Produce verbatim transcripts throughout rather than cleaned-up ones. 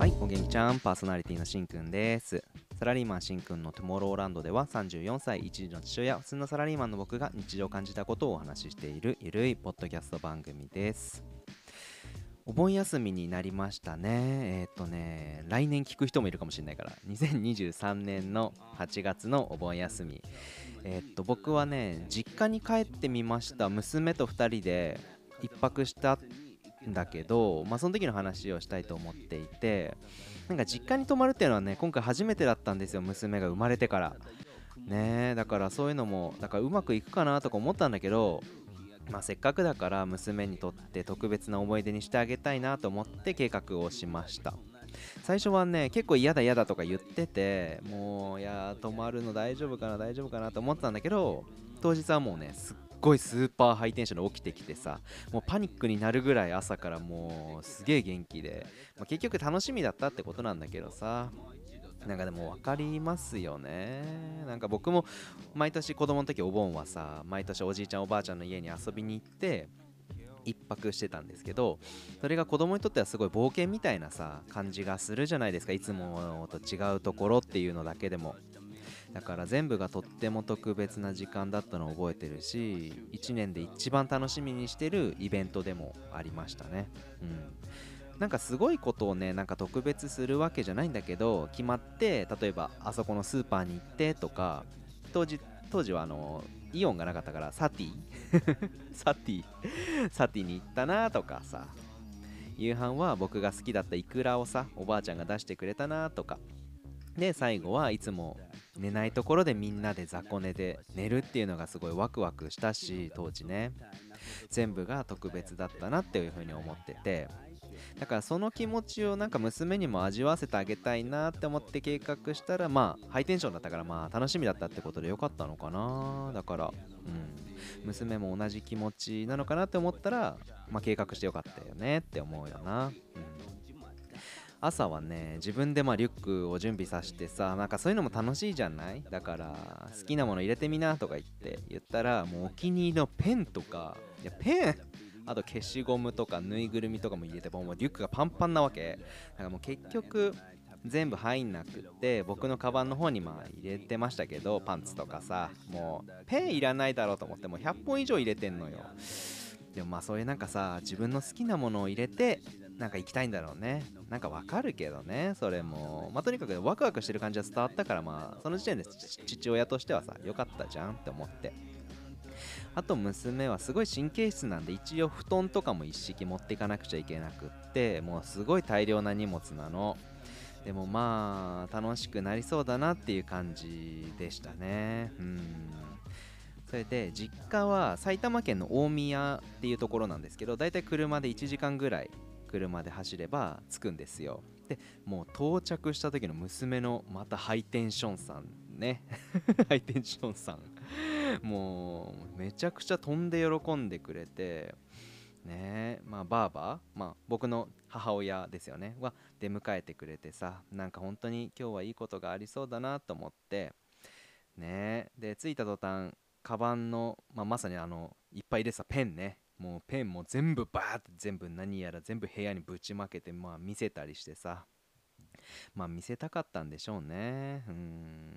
はい、お元気ちゃん、パーソナリティのしんくんです。サラリーマンしんくんのトゥモローランドではさんじゅうよんさい、一児の父親、普通のサラリーマンの僕が日常を感じたことをお話ししているゆるいポッドキャスト番組です。お盆休みになりましたね。えーっとね、来年聞く人もいるかもしれないから、にせんにじゅうさんねんのはちがつのお盆休み。えーっと、僕はね、実家に帰ってみました。娘とふたりで一泊したんだけど、まあその時の話をしたいと思っていて、なんか実家に泊まるっていうのはね、今回初めてだったんですよ、娘が生まれてからね。えだからそういうのもだからうまくいくかなとか思ったんだけど、まあせっかくだから娘にとって特別な思い出にしてあげたいなと思って計画をしました。最初はね、結構嫌だ嫌だとか言ってて、もういやー泊まるの大丈夫かな大丈夫かなと思ってたんだけど、当日はもうね、すっごいスーパーハイテンションで起きてきてさ、もうパニックになるぐらい朝からもうすげえ元気で、まあ、結局楽しみだったってことなんだけどさ、なんかでも分かりますよね。なんか僕も毎年子供の時お盆はさ、毎年おじいちゃんおばあちゃんの家に遊びに行って一泊してたんですけど、それが子供にとってはすごい冒険みたいなさ感じがするじゃないですか。いつもと違うところっていうのだけでも。だから全部がとっても特別な時間だったのを覚えてるし、いちねんで一番楽しみにしてるイベントでもありましたね。うん。なんかすごいことをね、なんか特別するわけじゃないんだけど、決まって例えばあそこのスーパーに行ってとか、当時当時はあのイオンがなかったからサティサティサティに行ったなとかさ、夕飯は僕が好きだったイクラをさおばあちゃんが出してくれたなとかで、最後はいつも寝ないところでみんなで雑魚寝で寝るっていうのがすごいワクワクしたし、当時ね、全部が特別だったなっていうふうに思ってて、だからその気持ちをなんか娘にも味わわせてあげたいなって思って計画したら、まあハイテンションだったから、まあ楽しみだったってことでよかったのかな。だからうん娘も同じ気持ちなのかなって思ったら、まあ計画してよかったよねって思うよな。うん。朝はね、自分でまあリュックを準備させてさ、なんかそういうのも楽しいじゃない。だから好きなもの入れてみなとか言って言ったら、もうお気に入りのペンとか、いやペン、あと消しゴムとかぬいぐるみとかも入れて、もうリュックがパンパンなわけだから、もう結局全部入んなくって、僕のカバンの方にまあ入れてましたけど、パンツとかさ、もうペンいらないだろうと思ってもうひゃっぽん以上入れてんのよ。でもまあそういうなんかさ、自分の好きなものを入れてなんか行きたいんだろうね。なんかわかるけどね、それもまあとにかくワクワクしてる感じは伝わったから、まあその時点で父親としてはさ良かったじゃんって思って。あと娘はすごい神経質なんで、一応布団とかも一式持っていかなくちゃいけなくって、もうすごい大量な荷物なの。でもまあ楽しくなりそうだなっていう感じでしたね。うん。それで実家は埼玉県の大宮っていうところなんですけど、だいたい車でいちじかんぐらい車で走れば着くんですよ。でもう到着した時の娘のまたハイテンションさんねハイテンションさん、もうめちゃくちゃ飛んで喜んでくれてね。えまあばあば、まあ僕の母親ですよねは出迎えてくれてさ、なんか本当に今日はいいことがありそうだなと思ってね。で着いた途端、カバンの、まあ、まさにあのいっぱい入れてたペンね、もうペンも全部バーって全部何やら全部部屋にぶちまけて、まあ見せたりしてさ、まあ見せたかったんでしょうね。うん。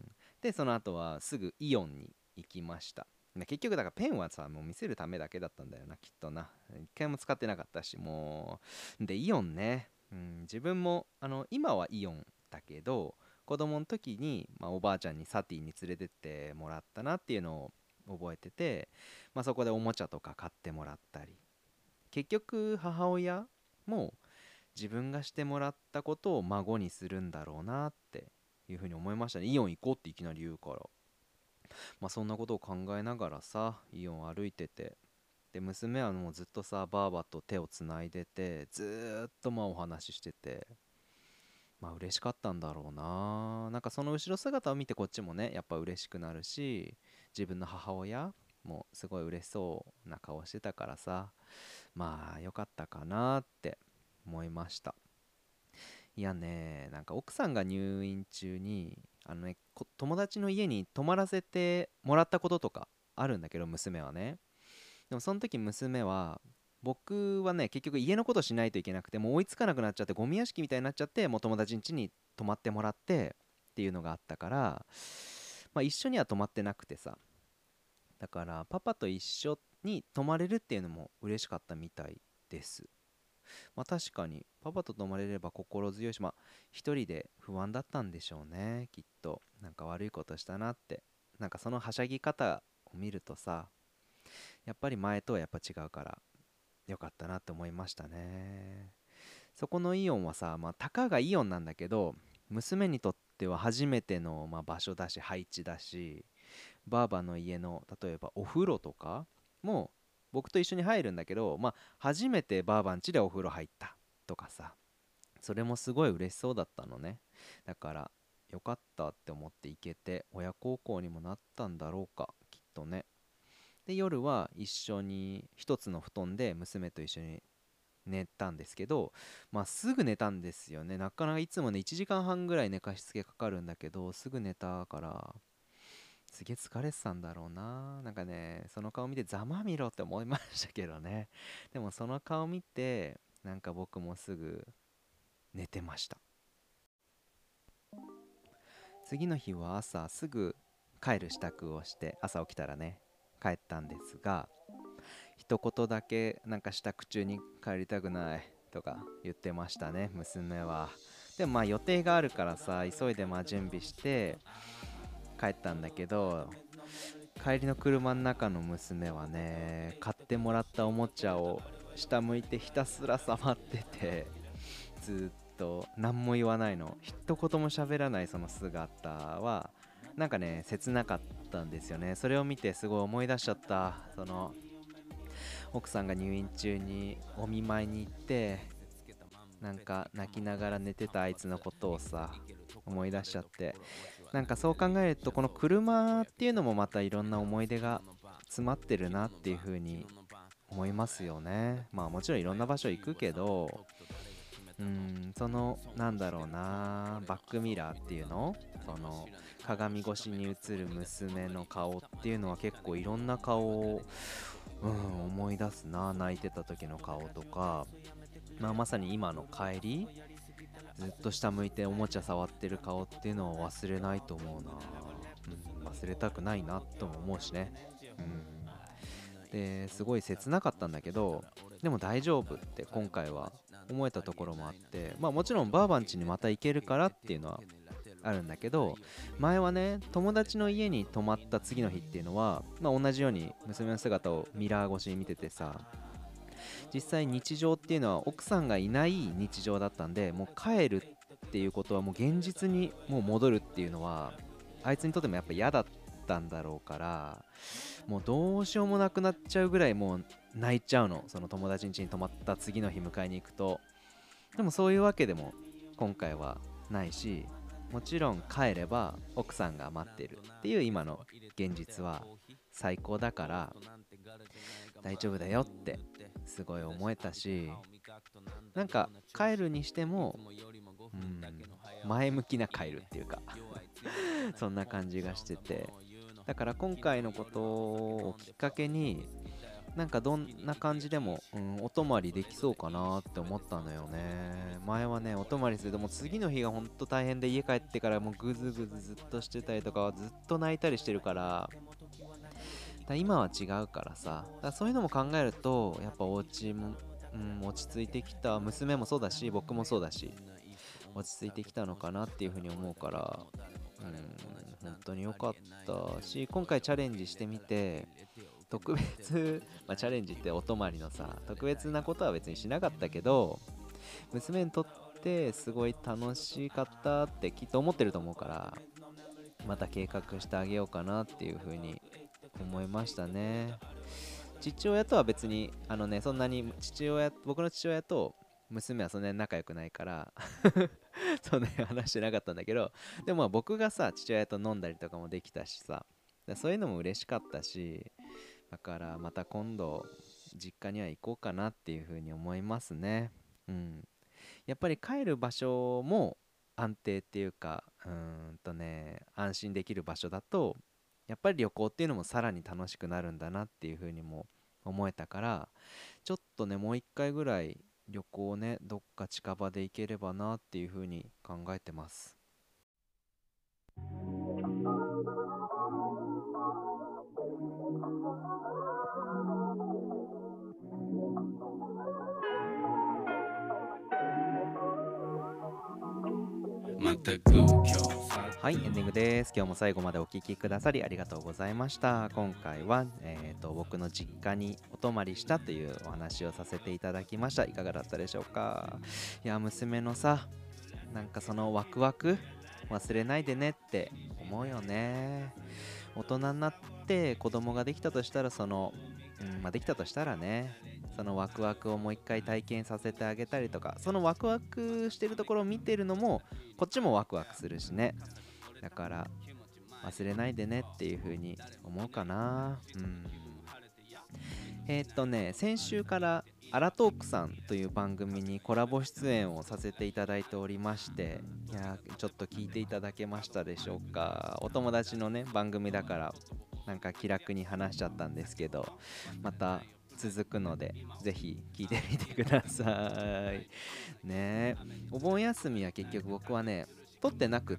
でその後はすぐイオンに行きました。ね結局だからペンはさもう見せるためだけだったんだよな、きっとな。一回も使ってなかったし、もうでイオンね、うん、自分もあの今はイオンだけど、子供の時に、まあ、おばあちゃんにサティに連れてってもらったなっていうのを覚えてて、まあ、そこでおもちゃとか買ってもらったり、結局母親も自分がしてもらったことを孫にするんだろうなっていうふうに思いましたね。イオン行こうっていきなり言うから、まあそんなことを考えながらさイオン歩いてて、で娘はもうずっとさばあばと手をつないでて、ずーっとまあお話ししてて、まあ嬉しかったんだろうな。なんかその後ろ姿を見てこっちもねやっぱ嬉しくなるし、自分の母親もすごい嬉しそうな顔してたからさ、まあ良かったかなって思いました。いやね、なんか奥さんが入院中にあのねこ友達の家に泊まらせてもらったこととかあるんだけど、娘はね。でもその時娘は僕はね結局家のことしないといけなくて、もう追いつかなくなっちゃって、ゴミ屋敷みたいになっちゃって、もう友達ん家に泊まってもらってっていうのがあったから、まあ一緒には泊まってなくてさ、だからパパと一緒に泊まれるっていうのも嬉しかったみたいです。まあ確かにパパと泊まれれば心強いし、まあ一人で不安だったんでしょうね、きっと。なんか悪いことしたなって、なんかそのはしゃぎ方を見るとさ、やっぱり前とはやっぱ違うからよかったなって思いましたね。そこのイオンはさ、まあたかがイオンなんだけど、娘にとっては初めての、まあ、場所だし配置だし、ばあばの家の例えばお風呂とかも僕と一緒に入るんだけど、まあ初めてばあばん家でお風呂入ったとかさ、それもすごい嬉しそうだったのね。だからよかったって思って行けて、親孝行にもなったんだろうか、きっとね。で夜は一緒に一つの布団で娘と一緒に寝たんですけど、まあすぐ寝たんですよね。なかなかいつもねいちじかんはんぐらい寝かしつけかかるんだけど、すぐ寝たから、すげえ疲れてたんだろうな。なんかね、その顔見てざまみろって思いましたけどね。でもその顔見て、なんか僕もすぐ寝てました。次の日は朝すぐ帰る支度をして、朝起きたらね、帰ったんですが、一言だけなんか支度中に帰りたくないとか言ってましたね、娘は。でもまあ予定があるからさ、急いでまあ準備して帰ったんだけど、帰りの車の中の娘はね、買ってもらったおもちゃを下向いてひたすら触ってて、ずーっと何も言わないの、一言も喋らないその姿はなんかね切なかったんですよね。それを見てすごい思い出しちゃった。その奥さんが入院中にお見舞いに行って、なんか泣きながら寝てたあいつのことをさ思い出しちゃって、なんかそう考えるとこの車っていうのもまたいろんな思い出が詰まってるなっていう風に思いますよね。まあもちろんいろんな場所行くけど、うーんそのなんだろうな、バックミラーっていうの、その鏡越しに映る娘の顔っていうのは結構いろんな顔を、うん、思い出すな。泣いてた時の顔とか、まあ、まさに今の帰りずっと下向いておもちゃ触ってる顔っていうのは忘れないと思うな。うん、忘れたくないなとも思うしね。うん、ですごい切なかったんだけど、でも大丈夫って今回は思えたところもあって、まあもちろんバーバン家にまた行けるからっていうのはあるんだけど、前はね友達の家に泊まった次の日っていうのは、まあ、同じように娘の姿をミラー越しに見ててさ、実際日常っていうのは奥さんがいない日常だったんで、もう帰るっていうことはもう現実にもう戻るっていうのはあいつにとってもやっぱ嫌だったんだろうから、もうどうしようもなくなっちゃうぐらいもう泣いちゃうの、その友達ん家に泊まった次の日迎えに行くと。でもそういうわけでも今回はないし、もちろん帰れば奥さんが待ってるっていう今の現実は最高だから、大丈夫だよってすごい思えたし、なんか帰るにしても、うん、前向きな帰るっていうかそんな感じがしてて、だから今回のことをきっかけになんかどんな感じでも、うん、お泊まりできそうかなって思ったのよね。前はねお泊まりするともう次の日がほんと大変で、家帰ってからもうグズグズずっとしてたりとかずっと泣いたりしてるから、だ今は違うからさ、だからそういうのも考えるとやっぱお家も、うん、落ち着いてきた、娘もそうだし僕もそうだし落ち着いてきたのかなっていうふうに思うから、うん、本当に良かったし、今回チャレンジしてみて特別まあチャレンジってお泊まりのさ特別なことは別にしなかったけど、娘にとってすごい楽しかったってきっと思ってると思うから、また計画してあげようかなっていう風に思いましたね。父親とは別にあのね、そんなに父親僕の父親と娘はそんなに仲良くないからそんなに話してなかったんだけど、でもまあ僕がさ父親と飲んだりとかもできたしさ、そういうのも嬉しかったし、だからまた今度実家には行こうかなっていうふうに思いますね。うん。やっぱり帰る場所も安定っていうか、うーんとね、安心できる場所だと、やっぱり旅行っていうのもさらに楽しくなるんだなっていうふうにも思えたから、ちょっとねもう一回ぐらい旅行ねどっか近場で行ければなっていうふうに考えてます。 全く今日はい、エンディングです。今日も最後までお聞きくださりありがとうございました。今回は、えーと、僕の実家にお泊まりしたというお話をさせていただきました。いかがだったでしょうか。いや、娘のさ、なんかそのワクワク忘れないでねって思うよね。大人になって子供ができたとしたらその、うんまあ、できたとしたらねそのワクワクをもう一回体験させてあげたりとか、そのワクワクしてるところを見てるのもこっちもワクワクするしね。だから忘れないでねっていう風に思うかな。うんえーっとね先週からアラトークさんという番組にコラボ出演をさせていただいておりまして、いやーちょっと聞いていただけましたでしょうか。お友達のね番組だからなんか気楽に話しちゃったんですけど、また続くのでぜひ聞いてみてくださいね。えお盆休みは結局僕はね取ってなくって、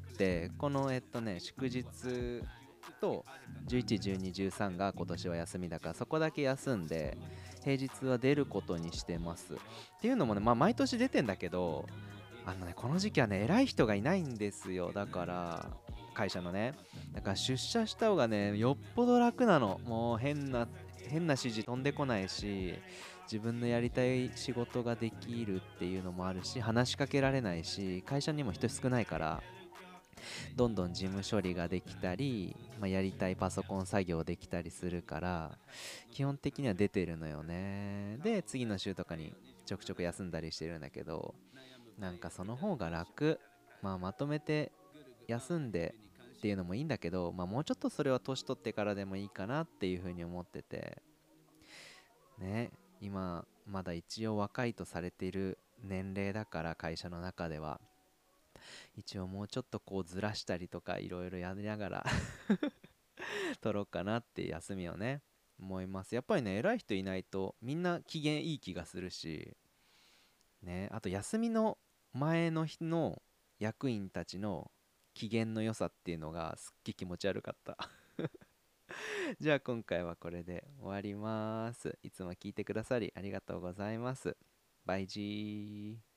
このえっとね祝日とじゅういち、じゅうに、じゅうさんが今年は休みだからそこだけ休んで平日は出ることにしてます。っていうのもね、まあ毎年出てんだけど、あのねこの時期はね偉い人がいないんですよ。だから会社のね、だから出社した方がねよっぽど楽なの。もう変な変な指示飛んでこないし、自分のやりたい仕事ができるっていうのもあるし、話しかけられないし、会社にも人少ないからどんどん事務処理ができたり、まあ、やりたいパソコン作業できたりするから基本的には出てるのよね。で次の週とかにちょくちょく休んだりしてるんだけど、なんかその方が楽。まあまとめて休んでっていうのもいいんだけど、まあ、もうちょっとそれは年取ってからでもいいかなっていうふうに思っててね。今まだ一応若いとされている年齢だから会社の中では一応もうちょっとこうずらしたりとかいろいろやりながら取ろうかなって休みをね思います。やっぱりね偉い人いないとみんな機嫌いい気がするしね。あと休みの前の日の役員たちの機嫌の良さっていうのがすっげえ気持ち悪かったじゃあ今回はこれで終わります。いつも聞いてくださりありがとうございます。バイジー。